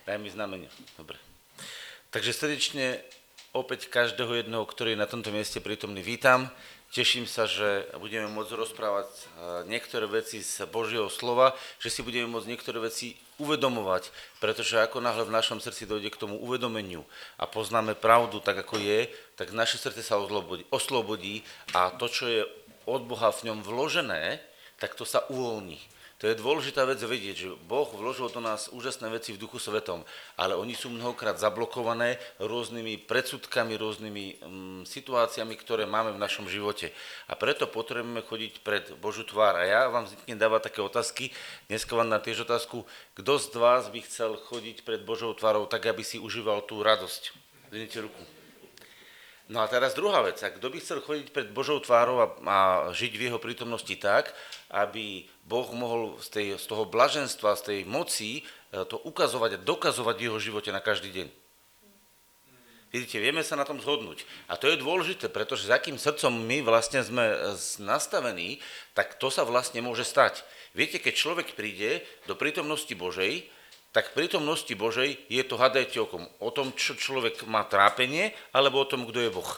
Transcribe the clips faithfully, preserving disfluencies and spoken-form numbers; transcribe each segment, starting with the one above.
Daj mi znamenie. Dobre. Takže srdečne opäť každého jedného, ktorý je na tomto mieste prítomný, vítam. Teším sa, že budeme môcť rozprávať niektoré veci z Božieho slova, že si budeme môcť niektoré veci uvedomovať, pretože ako náhle v našom srdci dojde k tomu uvedomeniu a poznáme pravdu tak, ako je, tak naše srdce sa oslobodí, oslobodí a to, čo je od Boha v ňom vložené, tak to sa uvoľní. To je dôležitá vec vedieť, že Boh vložil do nás úžasné veci v Duchu Svetom, ale oni sú mnohokrát zablokované rôznymi predsudkami, rôznymi mm, situáciami, ktoré máme v našom živote. A preto potrebujeme chodiť pred Božiu tvár. A ja vám zvyknem dávať také otázky. Dneska vám na tiež otázku, kto z vás by chcel chodiť pred Božou tvárou tak, aby si užíval tú radosť. Dvihnite ruku. No a teraz druhá vec, a kto by chcel chodiť pred Božou tvárou a, a žiť v jeho prítomnosti tak, aby Boh mohol z, tej, z toho blaženstva, z tej moci to ukazovať a dokazovať v jeho živote na každý deň. Vidíte, vieme sa na tom zhodnúť. A to je dôležité, pretože s akým srdcom my vlastne sme nastavení, tak to sa vlastne môže stať. Viete, keď človek príde do prítomnosti Božej, tak v prítomnosti Božej je to, hádajte o kom, o tom, čo človek má trápenie, alebo o tom, kto je Boh.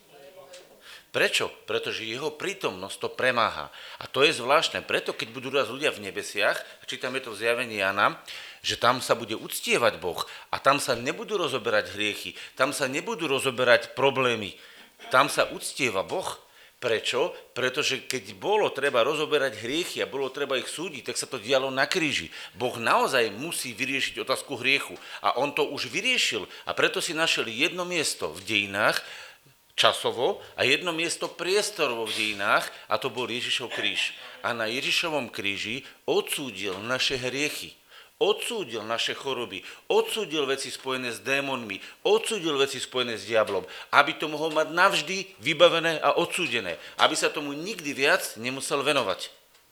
Prečo? Pretože jeho prítomnosť to premáha. A to je zvláštne. Preto, keď budú raz ľudia v nebesiach, čítame to v zjavení Jana, že tam sa bude uctievať Boh a tam sa nebudú rozoberať hriechy, tam sa nebudú rozoberať problémy, tam sa uctieva Boh. Prečo? Pretože keď bolo treba rozoberať hriechy a bolo treba ich súdiť, tak sa to dialo na kríži. Boh naozaj musí vyriešiť otázku hriechu a on to už vyriešil a preto si našiel jedno miesto v dejinách časovo a jedno miesto priestorovo v dejinách a to bol Ježišov kríž. A na Ježišovom kríži odsúdil naše hriechy. Odsúdil naše choroby, odsúdil veci spojené s démonmi, odsúdil veci spojené s diablom, aby to mohol mať navždy vybavené a odsúdené, aby sa tomu nikdy viac nemusel venovať.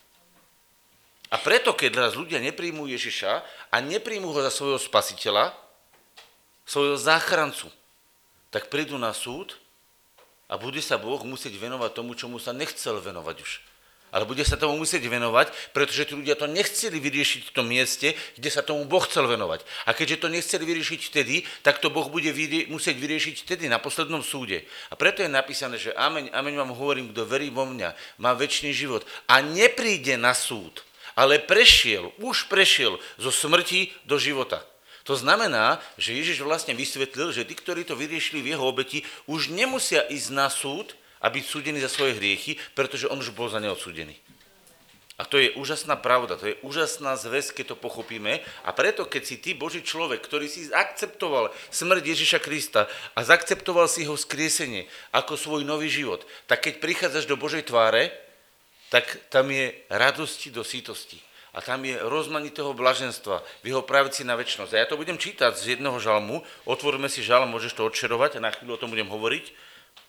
A preto, keď raz ľudia nepríjmú Ježiša a nepríjmú ho za svojho spasiteľa, svojho záchrancu, tak prídu na súd a bude sa Boh musieť venovať tomu, čomu sa nechcel venovať už. Ale bude sa tomu musieť venovať, pretože tí ľudia to nechceli vyriešiť v tom mieste, kde sa tomu Boh chcel venovať. A keďže to nechceli vyriešiť vtedy, tak to Boh bude vyrie- musieť vyriešiť vtedy, na poslednom súde. A preto je napísané, že ameň, ameň vám hovorím, kto verí vo mňa, má večný život a nepríde na súd, ale prešiel, už prešiel zo smrti do života. To znamená, že Ježiš vlastne vysvetlil, že tí, ktorí to vyriešili v jeho obeti, už nemusia ísť na súd, a byť súdený za svoje hriechy, pretože on už bol za ne odsúdený. A to je úžasná pravda, to je úžasná zväzť, keď to pochopíme. A preto, keď si ty, Boží človek, ktorý si akceptoval smrť Ježiša Krista a zaakceptoval si jeho skriesenie ako svoj nový život, tak keď prichádzaš do Božej tváre, tak tam je radosti do sítosti. A tam je rozmanitého blaženstva v jeho pravici na večnosť. A ja to budem čítať z jedného žalmu. Otvoríme si žalm, môžeš to odšerovať a na chvíľu o tom budem hovoriť.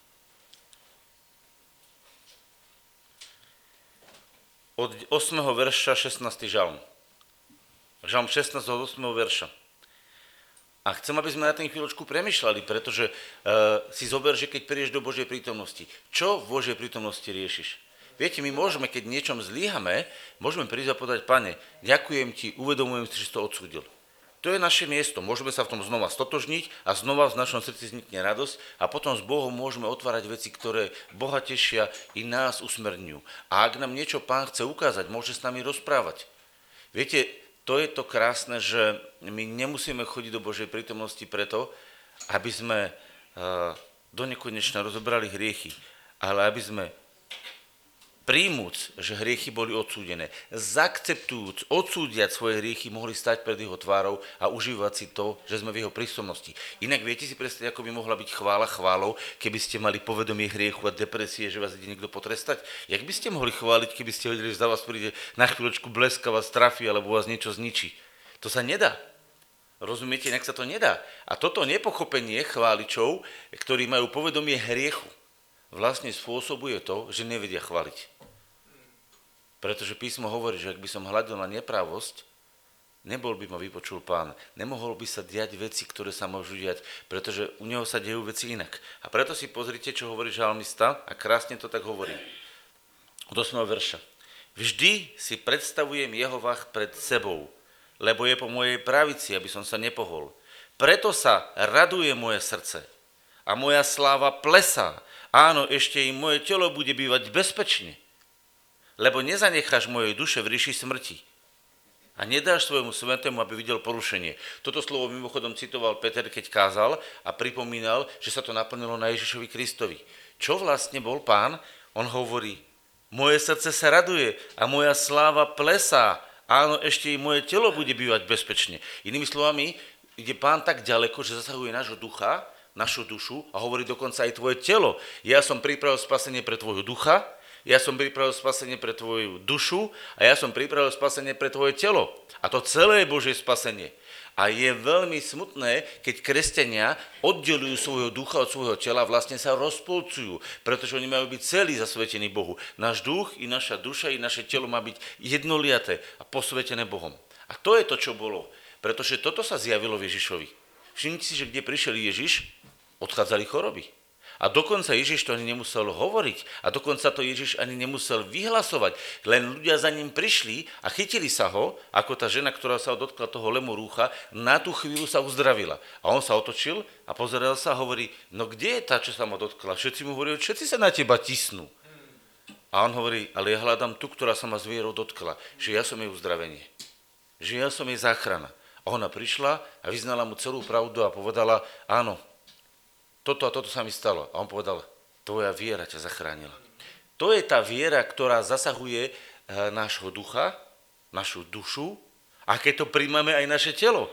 Od ôsmeho verša šestnásty žalm. Žalm šestnásť od ôsmeho verša. A chcem, aby sme na tým chvíľočku premýšľali, pretože uh, si zober, že keď prídeš do Božej prítomnosti, čo v Božej prítomnosti riešiš? Viete, my môžeme, keď niečom zlyhame, môžeme prísť a povedať, Pane, ďakujem ti, uvedomujem si, že si to odsúdil. To je naše miesto, môžeme sa v tom znova stotožniť a znova v našom srdci vznikne radosť a potom s Bohom môžeme otvárať veci, ktoré Boha tešia i nás usmerňujú. A ak nám niečo Pán chce ukázať, môže s nami rozprávať. Viete, to je to krásne, že my nemusíme chodiť do Božej prítomnosti preto, aby sme do nekonečna rozobrali hriechy, ale aby sme príjmúc, že hriechy boli odsúdené, zaakceptujúc, odsúdiať svoje hriechy, mohli stať pred jeho tvárou a užívať si to, že sme v jeho prítomnosti. Inak viete si predstaviť, ako by mohla byť chvála chválou, keby ste mali povedomie hriechu a depresie, že vás ide niekto potrestať? Jak by ste mohli chváliť, keby ste vedeli, že za vás príde na chvíľočku blesk a vás trafí, alebo vás niečo zničí? To sa nedá. Rozumiete, inak sa to nedá. A toto nepochopenie chváličov, ktorí majú povedomie hriechu, vlastne spôsobuje to, že nevedia chváliť. Pretože písmo hovorí, že ak by som hľadil na neprávosť, nebol by ma vypočul Pán. Nemohol by sa diať veci, ktoré sa môžu diať, pretože u neho sa dejú veci inak. A preto si pozrite, čo hovorí žalmista a krásne to tak hovorí. Od ôsmeho verša. Vždy si predstavujem Jehovah pred sebou. lebo je po mojej pravici, aby som sa nepohol. Preto sa raduje moje srdce a moja sláva plesá. Áno, ešte i moje telo bude bývať bezpečne, lebo nezanecháš mojej duše v ríši smrti a nedáš svojmu svetému, aby videl porušenie. Toto slovo mimochodom citoval Peter, keď kázal a pripomínal, že sa to naplnilo na Ježišovi Kristovi. Čo vlastne bol Pán? On hovorí, moje srdce sa raduje a moja sláva plesá. Áno, ešte i moje telo bude bývať bezpečne. Inými slovami, ide Pán tak ďaleko, že zasahuje nášho ducha, našu dušu a hovorí dokonca aj tvoje telo. Ja som pripravil spasenie pre tvojho ducha, ja som pripravil spasenie pre tvoju dušu a ja som pripravil spasenie pre tvoje telo. A to celé je Božie spasenie. A je veľmi smutné, keď kresťania oddelujú svojho ducha od svojho tela, vlastne sa rozpolcujú, pretože oni majú byť celí zasvetení Bohu. Náš duch i naša duša i naše telo má byť jednoliaté a posvetené Bohom. A to je to, čo bolo. Pretože toto sa zjavilo v Ježišovi. Všimnite si, že kde prišiel Ježiš, odchádzali choroby. A dokonca Ježiš to ani nemusel hovoriť. A dokonca to Ježiš ani nemusel vyhlasovať. Len ľudia za ním prišli a chytili sa ho, ako tá žena, ktorá sa dotkla toho lemorúcha, na tú chvíľu sa uzdravila. A on sa otočil a pozeral sa a hovorí, no kde je tá, čo sa ma dotkla? Všetci mu hovorí, všetci sa na teba tisnú. A on hovorí, ale ja hľadám tú, ktorá sa ma s vierou dotkla, že ja som jej uzdravenie, že ja som jej záchrana. A ona prišla a vyznala mu celú pravdu a povedala, áno, toto a toto sa mi stalo. A on povedal, tvoja viera ťa zachránila. To je tá viera, ktorá zasahuje nášho ducha, našu dušu a keď to príjmame aj naše telo.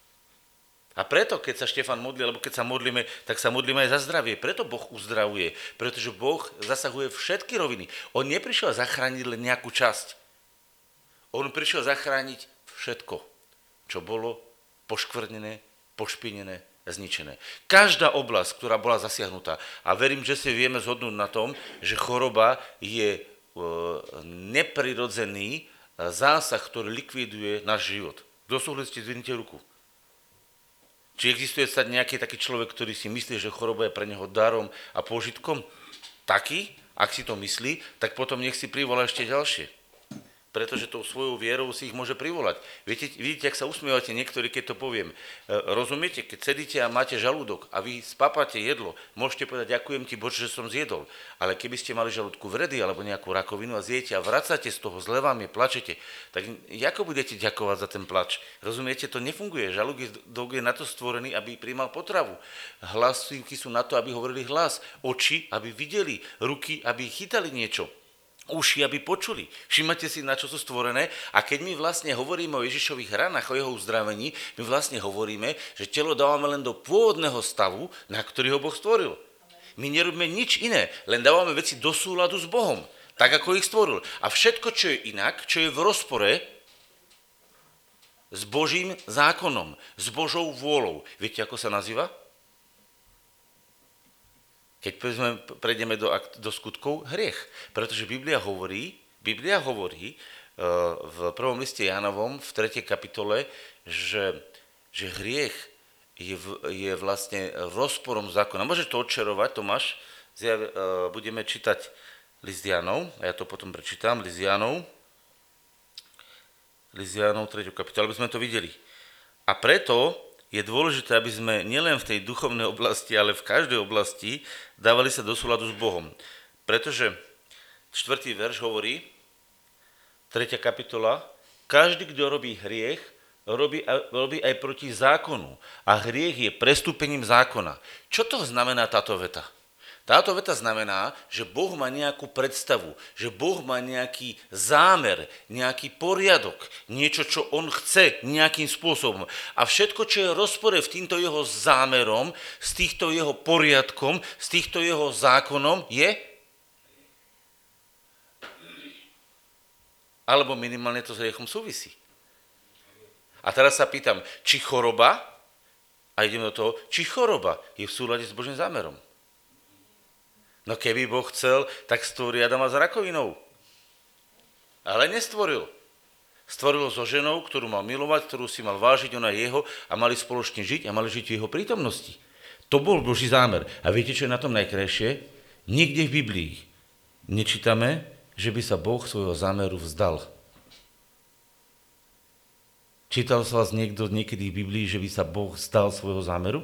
A preto, keď sa Štefan modlí, alebo keď sa modlíme, tak sa modlíme aj za zdravie. Preto Boh uzdravuje, pretože Boh zasahuje všetky roviny. On neprišiel zachrániť len nejakú časť. On prišiel zachrániť všetko, čo bolo poškvrnené, pošpinené, zničené. Každá oblasť, ktorá bola zasiahnutá. A verím, že si vieme zhodnúť na tom, že choroba je e, neprirodzený zásah, ktorý likviduje náš život. Kto súhlasíte, zdvihnite ruku. Či existuje sa nejaký taký človek, ktorý si myslí, že choroba je pre neho darom a požitkom? Taký, ak si to myslí, tak potom nech si privolá ešte ďalšie. Pretože tou svojou vierou si ich môže privolať. Viete, vidíte, ak sa usmievate niektorí, keď to poviem. Rozumiete, keď sedíte a máte žalúdok a vy spapáte jedlo, môžete povedať, ďakujem ti Bože, že som zjedol. Ale keby ste mali žalúdku vredy alebo nejakú rakovinu a zjete a vracate z toho, zle vám je, plačete, tak ako budete ďakovať za ten plač? Rozumiete, to nefunguje. Žalúdok je na to stvorený, aby prijímal potravu. Hlasivky sú na to, aby hovorili hlas. Oči, aby videli. Ruky, aby chytali niečo. Uši, aby počuli. Všimnite si, na čo sú stvorené. A keď my vlastne hovoríme o Ježišových ranách, o jeho uzdravení, my vlastne hovoríme, že telo dávame len do pôvodného stavu, na ktorý ho Boh stvoril. My nerobíme nič iné, len dávame veci do súladu s Bohom, tak ako ich stvoril. A všetko, čo je inak, čo je v rozpore s Božím zákonom, s Božou vôľou. Viete, ako sa nazýva? Keď prejdeme do, do skutkov, hriech. Pretože Biblia hovorí, Biblia hovorí v prvom liste Jánovom, v tretej kapitole, že, že hriech je, je vlastne rozporom zákona. Môžeš to odčerovať, Tomáš? Budeme čítať list Jánov, a ja to potom prečítam, list Jánov, list Jánov, tretiu kapitolu, aby sme to videli. A preto je dôležité, aby sme nielen v tej duchovnej oblasti, ale v každej oblasti dávali sa do súladu s Bohom. Pretože štvrtý verš hovorí, tretia kapitola, každý, kto robí hriech, robí, robí aj proti zákonu. A hriech je prestúpením zákona. Čo to znamená táto veta? Táto veta znamená, že Boh má nejakú predstavu, že Boh má nejaký zámer, nejaký poriadok, niečo, čo on chce nejakým spôsobom. A všetko, čo je v rozpore v týmto jeho zámerom, s týchto jeho poriadkom, s týchto jeho zákonom, je? Alebo minimálne to s hriechom súvisí. A teraz sa pýtam, či choroba, a ideme do toho, či choroba je v súlade s Božím zámerom. No keby Boh chcel, tak stvorí Adama s rakovinou. Ale nestvoril. Stvoril ho so ženou, ktorú mal milovať, ktorú si mal vážiť, ona jeho a mali spoločne žiť a mali žiť v jeho prítomnosti. To bol Boží zámer. A viete, čo je na tom najkrajšie? Nikde v Biblii nečítame, že by sa Boh svojho zámeru vzdal. Čítal sa vás niekto niekedy v Biblii, že by sa Boh vzdal svojho zámeru?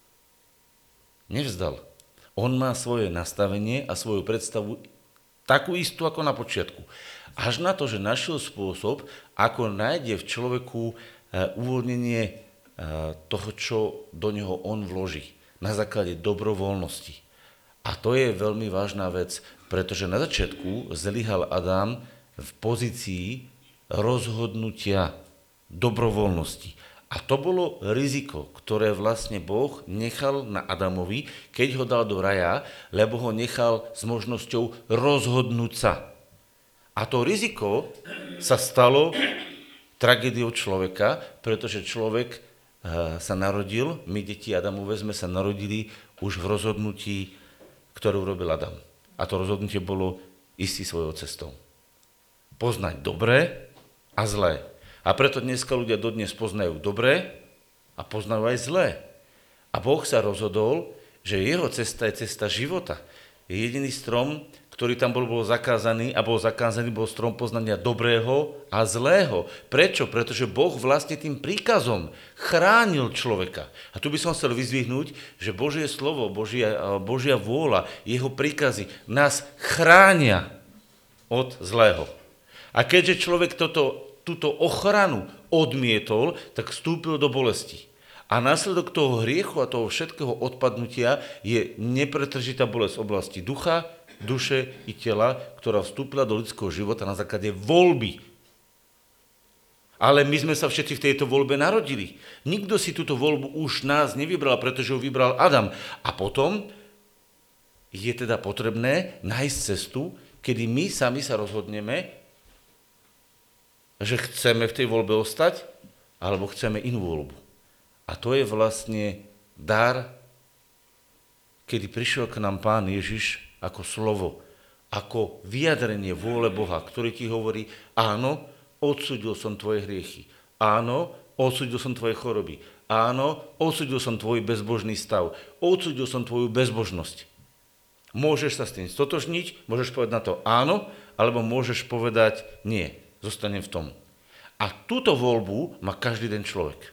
Nevzdal. On má svoje nastavenie a svoju predstavu takú istú ako na počiatku. Až na to, že našiel spôsob, ako nájde v človeku uvoľnenie toho, čo do neho on vloží. Na základe dobrovoľnosti. A to je veľmi vážna vec, pretože na začiatku zlyhal Adam v pozícii rozhodnutia dobrovoľnosti. A to bolo riziko, ktoré vlastne Boh nechal na Adamovi, keď ho dal do raja, lebo ho nechal s možnosťou rozhodnúť sa. A to riziko sa stalo tragédiou človeka, pretože človek sa narodil, my deti Adamove sme sa narodili už v rozhodnutí, ktoré urobil Adam. A to rozhodnutie bolo istý svojou cestou. Poznať dobré a zlé. A preto dneska ľudia dodnes poznajú dobré a poznajú aj zlé. A Boh sa rozhodol, že jeho cesta je cesta života. Je jediný strom, ktorý tam bol, bol zakázaný a bol zakázaný, bol strom poznania dobrého a zlého. Prečo? Pretože Boh vlastne tým príkazom chránil človeka. A tu by som chcel vyzdvihnúť, že Božie slovo, Božia, Božia vôľa, jeho príkazy nás chránia od zlého. A keďže človek toto túto ochranu odmietol, tak vstúpil do bolesti. A následok toho hriechu a toho všetkého odpadnutia je nepretržitá bolesť v oblasti ducha, duše i tela, ktorá vstúpila do ľudského života na základe voľby. Ale my sme sa všetci v tejto voľbe narodili. Nikto si túto voľbu už nás nevybral, pretože ju vybral Adam. A potom je teda potrebné nájsť cestu, kedy my sami sa rozhodneme, že chceme v tej voľbe ostať, alebo chceme inú voľbu. A to je vlastne dar, kedy prišiel k nám Pán Ježiš ako slovo, ako vyjadrenie vôle Boha, ktorý ti hovorí, áno, odsúdil som tvoje hriechy, áno, odsúdil som tvoje choroby, áno, odsúdil som tvoj bezbožný stav, odsúdil som tvoju bezbožnosť. Môžeš sa s tým stotožniť, môžeš povedať na to áno, alebo môžeš povedať nie. Zostanem v tom. A túto voľbu má každý den človek.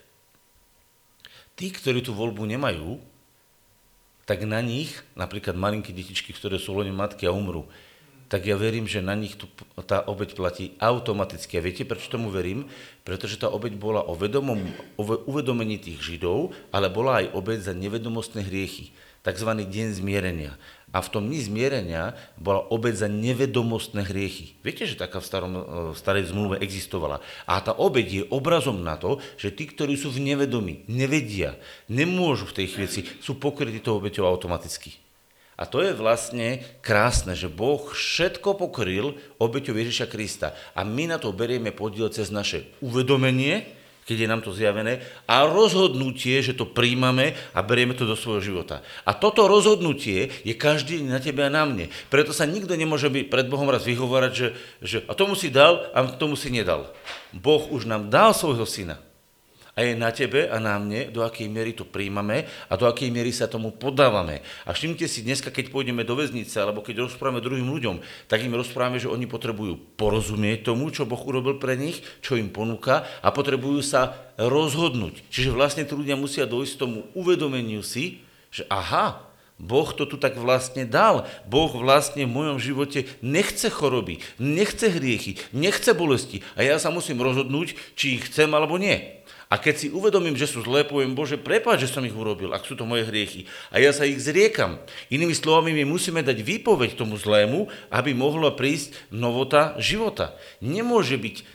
Tí, ktorí tú voľbu nemajú, tak na nich, napríklad malinké detičky, ktoré sú lone matky a umrú, tak ja verím, že na nich tu, tá obeť platí automaticky. A viete, prečo tomu verím? Pretože tá obeť bola o, vedomom, o uvedomení tých Židov, ale bola aj obeť za nevedomostné hriechy. Takzvaný deň zmierenia. A v tom dni zmierenia bola obeť za nevedomostné hriechy. Viete, že taká v, starom, v starej zmluve existovala. A tá obeť je obrazom na to, že tí, ktorí sú v nevedomí, nevedia, nemôžu v tej chvíli, sú pokrytí tou obeťou automaticky. A to je vlastne krásne, že Boh všetko pokryl obeťou Ježiša Krista. A my na to berieme podiel cez naše uvedomenie, keď je nám to zjavené, a rozhodnutie, že to príjmame a berieme to do svojho života. A toto rozhodnutie je každý na tebe a na mne. Preto sa nikto nemôže byť pred Bohom raz vyhovárať, že, že a tomu si dal a tomu si nedal. Boh už nám dal svojho syna. A je na tebe a na mne, do akej miery to príjmame a do akej miery sa tomu podávame. A všimnite si, dneska, keď pôjdeme do väznice, alebo keď rozprávame druhým ľuďom, tak im rozprávame, že oni potrebujú porozumieť tomu, čo Boh urobil pre nich, čo im ponúka, a potrebujú sa rozhodnúť. Čiže vlastne tí ľudia musia dojsť k tomu uvedomeniu si, že aha, Boh to tu tak vlastne dal. Boh vlastne v mojom živote nechce choroby, nechce hriechy, nechce bolesti. A ja sa musím rozhodnúť, či ich chcem alebo nie. A keď si uvedomím, že sú zlé, poviem, Bože, prepáč, že som ich urobil, ak sú to moje hriechy. A ja sa ich zriekam. Inými slovami, my musíme dať výpoveď tomu zlému, aby mohla prísť novota života. Nemôže byť e,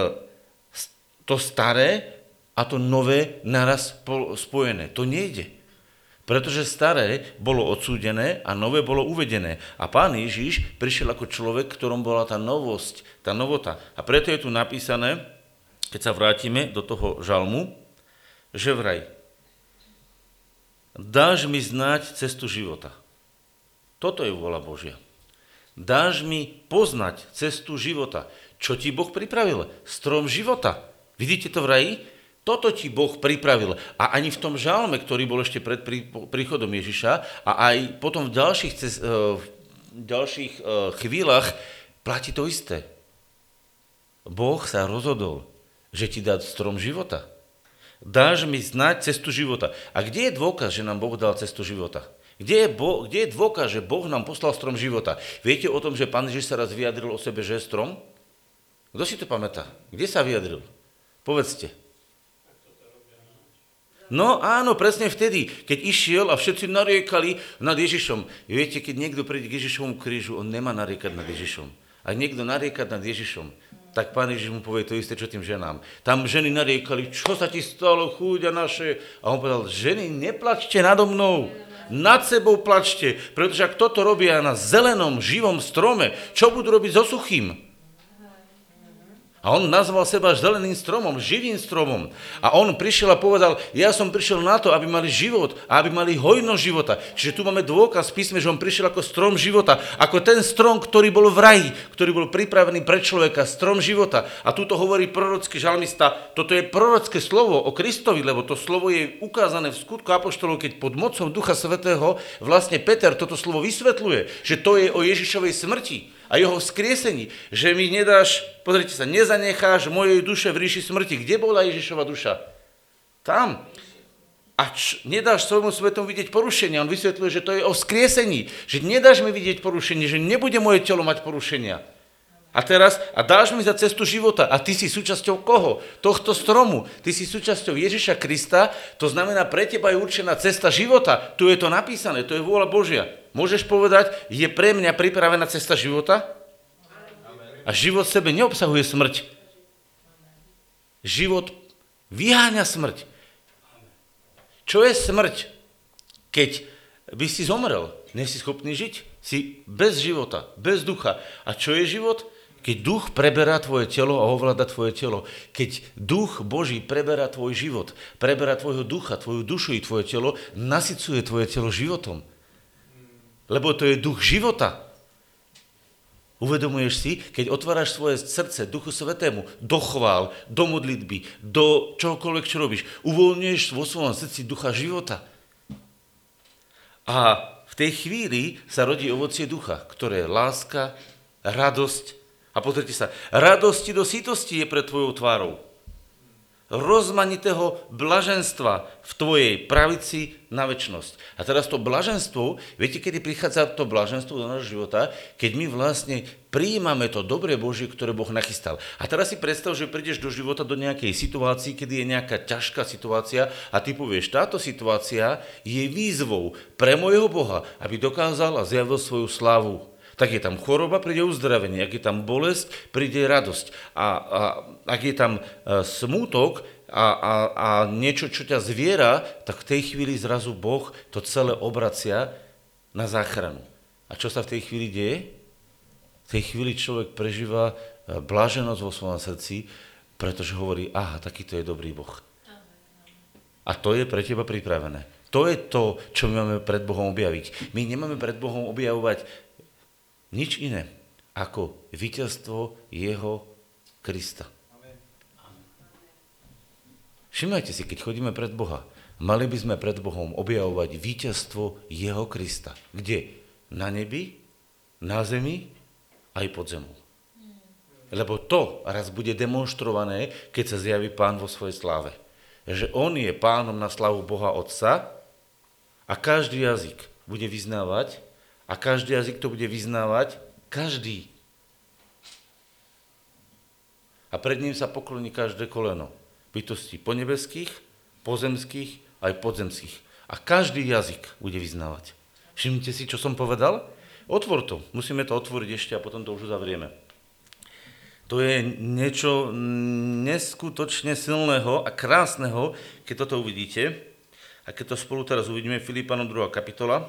to staré a to nové naraz spojené. To nejde. Pretože staré bolo odsúdené a nové bolo uvedené. A Pán Ježiš prišiel ako človek, ktorom bola tá novosť, tá novota. A preto je tu napísané, keď sa vrátime do toho žalmu, že vraj, dáš mi znať cestu života. Toto je vôľa Božia. Dáš mi poznať cestu života. Čo ti Boh pripravil? Strom života. Vidíte to v raji? Toto ti Boh pripravil. A ani v tom žalme, ktorý bol ešte pred príchodom Ježiša, a aj potom v ďalších, v ďalších chvíľach platí to isté. Boh sa rozhodol, že ti dá strom života. Dáš mi znať cestu života. A kde je dôkaz, že nám Boh dal cestu života? Kde je, Bo- kde je dôkaz, že Boh nám poslal strom života? Viete o tom, že Pán Ježiš sa raz vyjadril o sebe, že je strom? Kto si to pamätá? Kde sa vyjadril? Povedzte. No áno, presne vtedy, keď išiel a všetci nariekali nad Ježišom. Viete, keď niekto príde k Ježišovom krížu, on nemá nariekať nad Ježišom. Ak niekto nariekať nad Ježišom, tak Pán Ježiš mu povie to isté, čo tým ženám. Tam ženy nariekali, čo sa ti stalo, chúďa naše. A on povedal, ženy, neplačte nado mnou, nad sebou plačte, pretože ak toto robia na zelenom, živom strome, čo budú robiť so suchým? A on nazval seba zeleným stromom, živým stromom. A on prišiel a povedal, ja som prišiel na to, aby mali život a aby mali hojnosť života. Čiže tu máme dôkaz v písme, že on prišiel ako strom života. Ako ten strom, ktorý bol v raji, ktorý bol pripravený pre človeka, strom života. A tu to hovorí prorocký žalmista, toto je prorocké slovo o Kristovi, lebo to slovo je ukázané v skutku apoštolov, keď pod mocou Ducha Svätého vlastne Peter toto slovo vysvetľuje, že to je o Ježišovej smrti a jeho vzkriesení, že mi nedáš, pozrite sa, nezanecháš mojej duše v ríši smrti. Kde bola Ježišova duša? Tam. A č- nedáš svojmu svetom vidieť porušenia. On vysvetľuje, že to je o vzkriesení, že nedáš mi vidieť porušenie, že nebude moje telo mať porušenia. A teraz, a dáš mi za cestu života. A ty si súčasťou koho? Tohto stromu. Ty si súčasťou Ježiša Krista, to znamená, pre teba je určená cesta života. Tu je to napísané, to je vôľa Božia. Môžeš povedať, je pre mňa pripravená cesta života? A život v sebe neobsahuje smrť. Život vyháňa smrť. Čo je smrť? Keď by si zomrel, nie si schopný žiť, si bez života, bez ducha. A čo je život? Keď duch preberá tvoje telo a ovláda tvoje telo. Keď duch Boží preberá tvoj život, preberá tvojho ducha, tvoju dušu i tvoje telo, nasycuje tvoje telo životom. Lebo to je duch života. Uvedomuješ si, keď otváraš svoje srdce Duchu Svätému, do chvál, do modlitby, do čohokoľvek, čo robíš, uvoľňuješ vo svojom srdci ducha života. A v tej chvíli sa rodí ovocie ducha, ktoré je láska, radosť. A pozrite sa, radosti do sítosti je pred tvojou tvárou. Rozmanitého blaženstva v tvojej pravici na večnosť. A teraz to blaženstvo, viete, kedy prichádza to blaženstvo do nášho života? Keď my vlastne prijímame to dobré Božie, ktoré Boh nachystal. A teraz si predstav, že prídeš do života do nejakej situácii, kedy je nejaká ťažká situácia a ty povieš, táto situácia je výzvou pre môjho Boha, aby dokázal a zjavil svoju slávu. Tak je tam choroba, príde uzdravenie. Ak je tam bolesť, príde radosť. A, a ak je tam smútok a, a, a niečo, čo ťa zviera, tak v tej chvíli zrazu Boh to celé obracia na záchranu. A čo sa v tej chvíli deje? V tej chvíli človek prežíva bláženosť vo svojom srdci, pretože hovorí, aha, takýto je dobrý Boh. A to je pre teba pripravené. To je to, čo my máme pred Bohom objaviť. My nemáme pred Bohom objavovať nič iné ako víťazstvo jeho Krista. Všimnajte si, keď chodíme pred Boha, mali by sme pred Bohom objavovať víťazstvo jeho Krista. Kde? Na nebi, na zemi, aj pod zemou. Lebo to raz bude demonstrované, keď sa zjaví Pán vo svojej sláve. Že on je pánom na slavu Boha Otca a každý jazyk bude vyznávať, a každý jazyk to bude vyznávať, každý. A pred ním sa pokloní každé koleno. Bytostí ponebeských, pozemských, aj podzemských. A každý jazyk bude vyznávať. Všimnite si, čo som povedal? Otvor to. Musíme to otvoriť ešte a potom to už zavrieme. To je niečo neskutočne silného a krásneho, keď toto uvidíte. A keď to spolu teraz uvidíme, Filipanom druhá kapitola.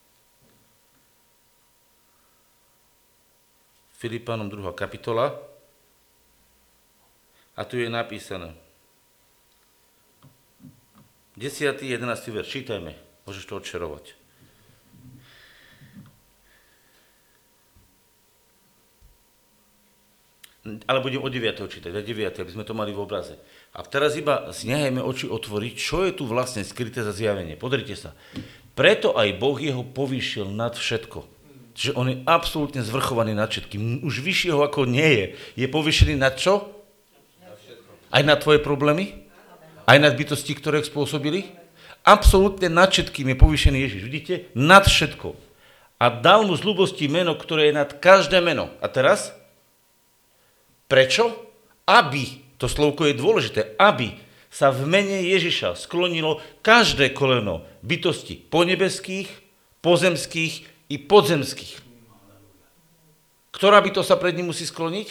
Filipanom druhá kapitola. A tu je napísané. desiaty jedenásty verš. Čítajme. Môžeš to odšerovať. Ale budem od deviateho čítať. Od deviateho, aby sme to mali v obraze. A teraz iba nechajme oči otvoriť, čo je tu vlastne skryté za zjavenie. Pozrite sa. Preto aj Boh jeho povýšil nad všetko. Čiže on je absolútne zvrchovaný nad všetkým. Už vyššieho ako nie je. Je povýšený nad čo? A Aj nad tvoje problémy? Aj nad bytosti, ktoré ich spôsobili? Absolútne nad všetkým je povýšený Ježiš. Vidíte? Nad všetko. A dal mu z ľubosti meno, ktoré je nad každé meno. A teraz? Prečo? Aby, to slovko je dôležité, aby sa v mene Ježiša sklonilo každé koleno bytosti ponebeských, pozemských i podzemských. Ktorá by to sa pred ním musí skloniť?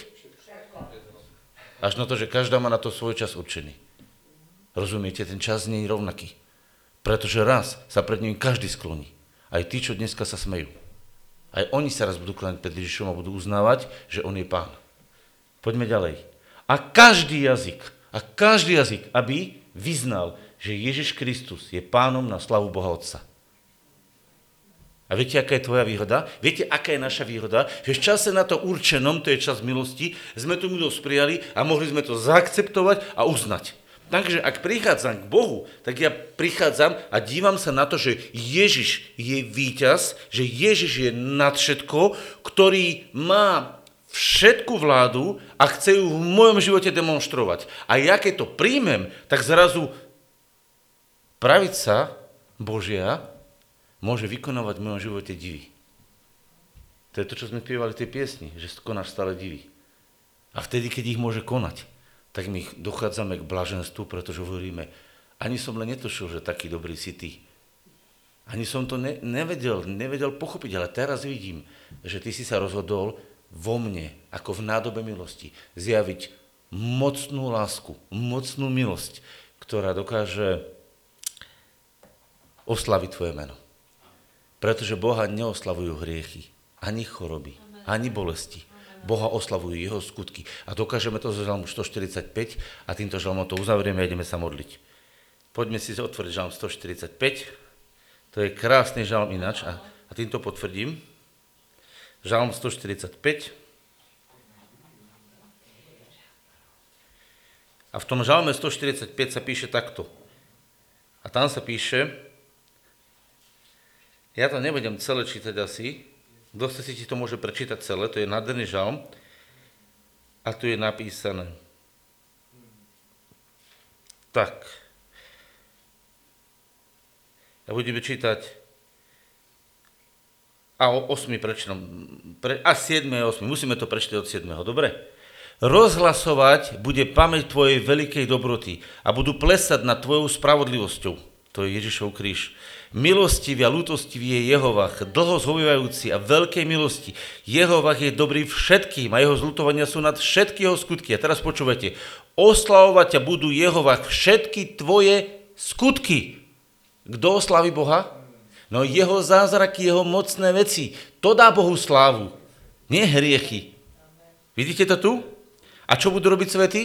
Až na to, že každá má na to svoj čas určený. Rozumiete, ten čas nie je rovnaký. Pretože raz sa pred ním každý skloní. Aj tí, čo dneska sa smejú. Aj oni sa raz budú klaniť pred Ježišom a budú uznávať, že on je pán. Poďme ďalej. A každý jazyk, a každý jazyk, aby vyznal, že Ježiš Kristus je pánom na slavu Boha Otca. A viete, aká je tvoja výhoda? Viete, aká je naša výhoda? Že v čase na to určenom, to je čas milosti, sme tú milosť prijali a mohli sme to zaakceptovať a uznať. Takže ak prichádzam k Bohu, tak ja prichádzam a dívam sa na to, že Ježiš je víťaz, že Ježiš je nad všetko, ktorý má všetku vládu a chce ju v mojom živote demonštrovať. A ja keď to príjmem, tak zrazu pravica Božia môže vykonávať v mojom živote divy. To je to, čo sme spievali v tej piesni, že konáš stále divy. A vtedy, keď ich môže konať, tak my dochádzame k blaženstvu, pretože hovoríme, ani som len netušil, že taký dobrý si ty. Ani som to ne, nevedel, nevedel pochopiť, ale teraz vidím, že ty si sa rozhodol vo mne, ako v nádobe milosti, zjaviť mocnú lásku, mocnú milosť, ktorá dokáže oslaviť tvoje meno. Pretože Boha neoslavujú hriechy, ani choroby, ani bolesti. Boha oslavujú jeho skutky. A dokážeme to zo žalmu stoštyridsaťpäť a týmto žalmom to uzavrieme a ideme sa modliť. Poďme si otvoriť žalm stoštyridsaťpäť. To je krásny žalm ináč a, a týmto potvrdím. Žalm stoštyridsaťpäť. A v tom žalme stoštyridsaťpäť sa píše takto. A tam sa píše, ja to nebudem celé čítať asi, kto chce si to môže prečítať celé, to je nádherný žalm a tu je napísané. Tak. Ja budeme čítať a o osmi prečítam, pre, a siedme a osmi, musíme to prečítať od siedmeho, dobre? Rozhlasovať bude pamäť tvojej veľkej dobroty a budú plesať nad tvojou spravodlivosťou. To je Ježišov kríž. Milostivý a ľútostivý je Jehovah, dlho zhovievajúci a veľkej milosti. Jehovah je dobrý všetkým a jeho zľutovania sú nad všetky jeho skutky. A teraz počúvajte, oslavovať ťa budú Jehovah všetky tvoje skutky. Kto oslaví Boha? No jeho zázraky, jeho mocné veci. To dá Bohu slávu, nie hriechy. Vidíte to tu? A čo budú robiť svety?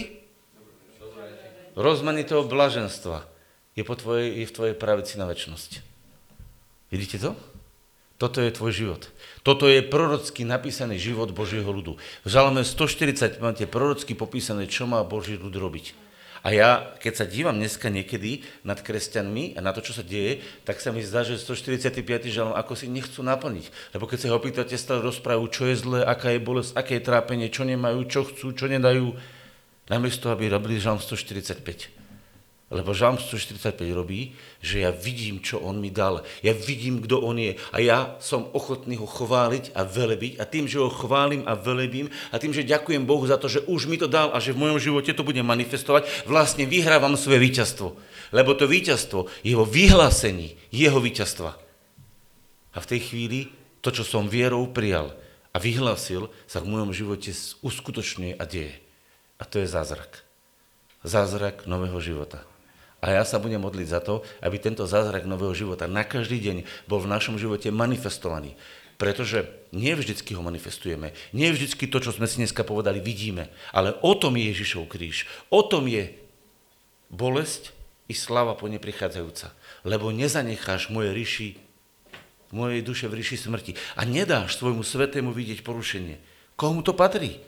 Rozmanitého blaženstva je, po tvojej, je v tvojej pravici na večnosť. Vidíte to? Toto je tvoj život. Toto je prorocky napísaný život Božieho ľudu. V žalme stoštyridsať máte prorocky popísané, čo má Boží ľud robiť. A ja, keď sa dívam dneska niekedy nad kresťanmi a na to, čo sa deje, tak sa mi zdá, že stoštyridsiaty piaty žalm ako si nechcú naplniť. Lebo keď sa ho opýtate, stále rozprávajú, čo je zlé, aká je bolesť, aké je trápenie, čo nemajú, čo chcú, čo nedajú. Namiesto toho, aby robili žalm stoštyridsaťpäť. Lebo žalm stoštyridsaťpäť robí, že ja vidím, čo on mi dal. Ja vidím, kto on je. A ja som ochotný ho chváliť a velebiť. A tým, že ho chválim a velebím, a tým, že ďakujem Bohu za to, že už mi to dal a že v mojom živote to bude manifestovať, vlastne vyhrávam svoje víťazstvo. Lebo to víťazstvo je vo vyhlásení jeho víťazstva. A v tej chvíli to, čo som vierou prijal a vyhlásil, sa v mojom živote uskutočňuje a deje. A to je zázrak. Zázrak nového života. A ja sa budem modliť za to, aby tento zázrak nového života na každý deň bol v našom živote manifestovaný. Pretože nie vždycky ho manifestujeme, nie vždycky to, čo sme si dneska povedali, vidíme. Ale o tom je Ježišov kríž. O tom je bolesť i sláva po nej prichádzajúca. Lebo nezanecháš moje ríši, mojej duše v ríši smrti a nedáš svojmu svetému vidieť porušenie. Komu to patrí?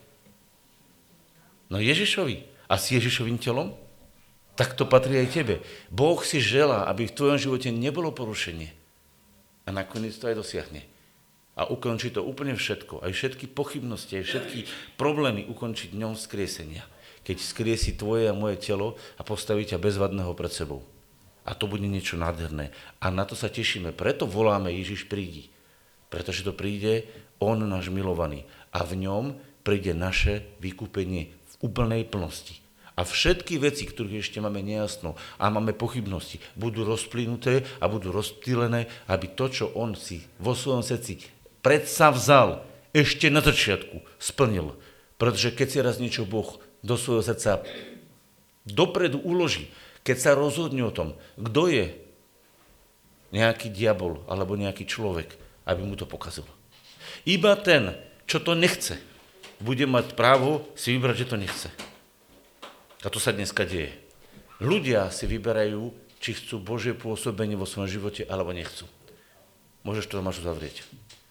No Ježišovi. A s Ježišovým telom? Tak to patrí aj tebe. Boh si želá, aby v tvojom živote nebolo porušenie. A nakoniec to aj dosiahne. A ukončí to úplne všetko. Aj všetky pochybnosti, aj všetky problémy ukončiť dňom vzkriesenia. keď skriesí tvoje a moje telo a postaví ťa bezvadného pred sebou. A to bude niečo nádherné. A na to sa tešíme. Preto voláme Ježiš prídi. Pretože to príde on náš milovaný. A v ňom príde naše vykúpenie v úplnej plnosti. A všetky veci, ktorých ešte máme nejasno a máme pochybnosti, budú rozplynuté a budú rozptýlené, aby to, čo on si vo svojom srdci predsa vzal, ešte na začiatku splnil. Pretože keď si raz niečo Boh do svojho srdca dopredu uloží, keď sa rozhodne o tom, kto je nejaký diabol alebo nejaký človek, aby mu to pokazil. Iba ten, čo to nechce, bude mať právo si vybrať, že to nechce. A to sa dneska deje. Ľudia si vyberajú, či chcú Božie pôsobenie vo svojom živote, alebo nechcú. Môžeš to, Tomáš, zavrieť.